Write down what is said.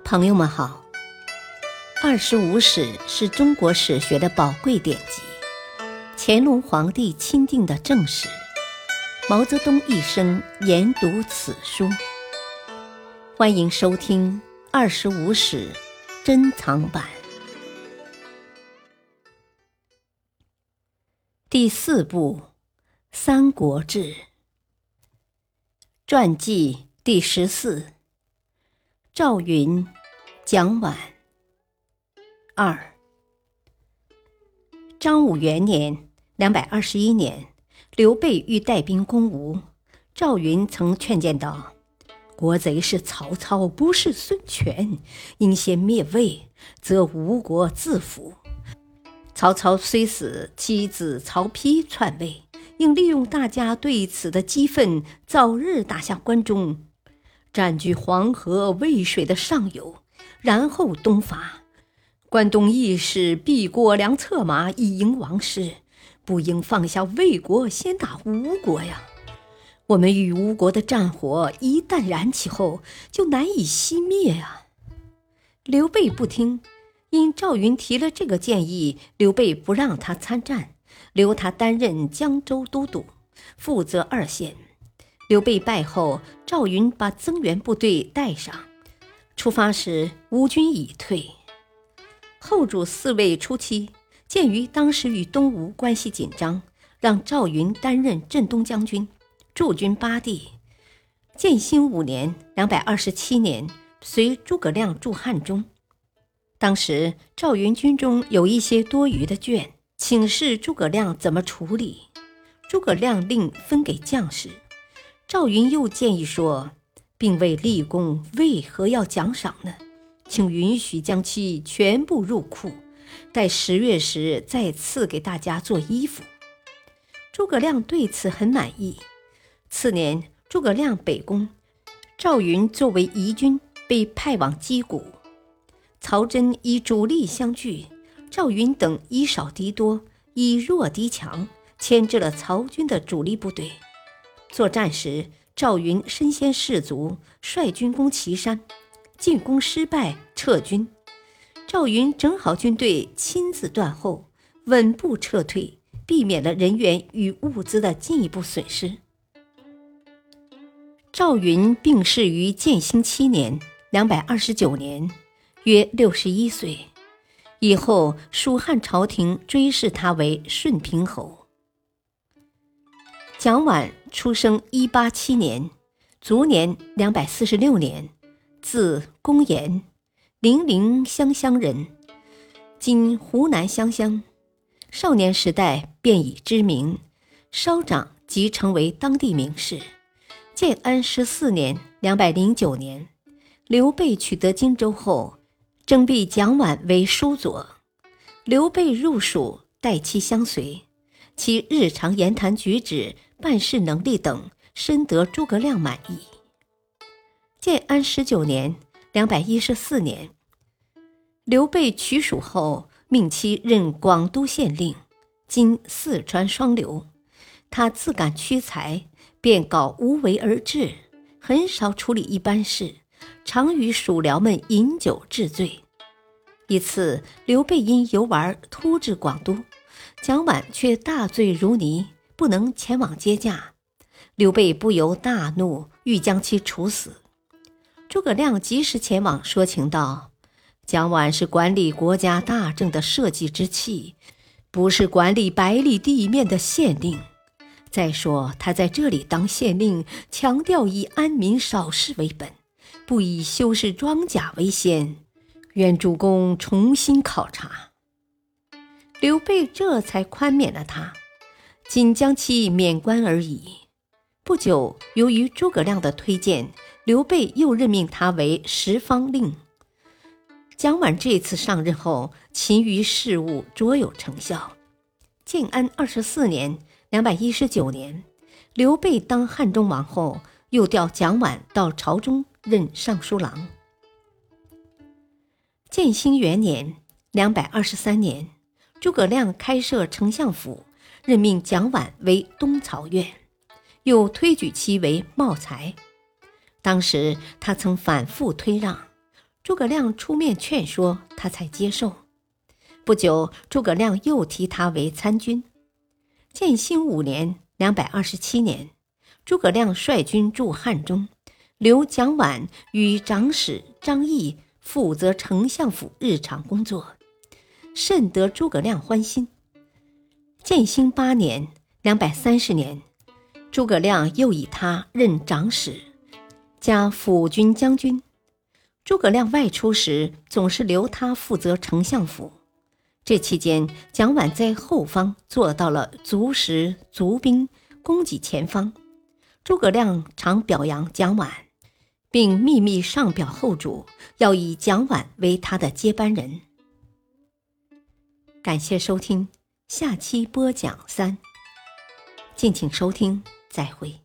朋友们好，《25史》是中国史学的宝贵典籍，乾隆皇帝钦定的正史，毛泽东一生研读此书。欢迎收听《25史》珍藏版第4部《三国志》传记第14，赵云、蒋琬。2。章武元年221年，刘备欲带兵攻吴，赵云曾劝谏道：国贼是曹操，不是孙权，应先灭魏，则吴国自服。曹操虽死，其子曹丕篡位，应利用大家对此的激愤，早日打下关中，占据黄河、渭水的上游，然后东伐。关东义士必过粮策马以迎王师，不应放下魏国，先打吴国呀！我们与吴国的战火一旦燃起后，就难以熄灭啊！刘备不听，因赵云提了这个建议，刘备不让他参战，留他担任江州都督，负责2县。刘备败后，赵云把增援部队带上，出发时吴军已退。后主嗣位初期，鉴于当时与东吴关系紧张，让赵云担任镇东将军，驻军巴地。建兴5年227年，随诸葛亮驻汉中。当时赵云军中有一些多余的卷，请示诸葛亮怎么处理。诸葛亮令分给将士。赵云又建议说，并未立功，为何要奖赏呢？请允许将其全部入库，待10月时再赐给大家做衣服。诸葛亮对此很满意。次年，诸葛亮北攻，赵云作为疑军被派往击鼓。曹真以主力相拒，赵云等以少敌多，以弱敌强，牵制了曹军的主力部队。作战时，赵云身先士卒，率军攻岐山，进攻失败，撤军。赵云整好军队，亲自断后，稳步撤退，避免了人员与物资的进一步损失。赵云病逝于建兴7年229年，约61岁。以后蜀汉朝廷追谥他为顺平侯。蒋琬出生187年，卒年246年，字公言，零陵湘乡人，今湖南湘乡。少年时代便已知名，稍长即成为当地名士。建安14年209年，刘备取得荆州后，征辟蒋琬为书佐。刘备入蜀，待其相随，其日常言谈举止、办事能力等深得诸葛亮满意。建安19年214年，刘备取蜀后，命其任广都县令，今四川双流。他自感屈才，便搞无为而治，很少处理一般事，常与属僚们饮酒治罪。一次，刘备因游玩突至广都，蒋琬却大醉如泥，不能前往接驾。刘备不由大怒，欲将其处死。诸葛亮及时前往说情道：蒋琬是管理国家大政的社稷之器，不是管理百里地面的县令。再说他在这里当县令，强调以安民少事为本，不以修饰装甲为先，愿主公重新考察。刘备这才宽免了他，仅将其免官而已。不久，由于诸葛亮的推荐，刘备又任命他为十方令。蒋琬这次上任后，勤于事务，卓有成效。建安24年219年，刘备当汉中王后，又调蒋琬到朝中任尚书郎。建兴元年223年，诸葛亮开设丞相府，任命蒋琬为东曹院，又推举其为茂才。当时他曾反复推让， 诸葛亮出面劝说，他才接受。不久，诸葛亮又提他为参军。建兴5年227年，诸葛亮率军驻汉中，留蒋琬与长史张翼负责丞相府日常工作，甚得诸葛亮欢心。建兴8年230年，诸葛亮又以他任长史，加辅军将军。诸葛亮外出时，总是留他负责丞相府。这期间，蒋琬在后方做到了足食足兵，供给前方。诸葛亮常表扬蒋琬，并秘密上表后主，要以蒋琬为他的接班人。感谢收听，下期播讲3，敬请收听，再会。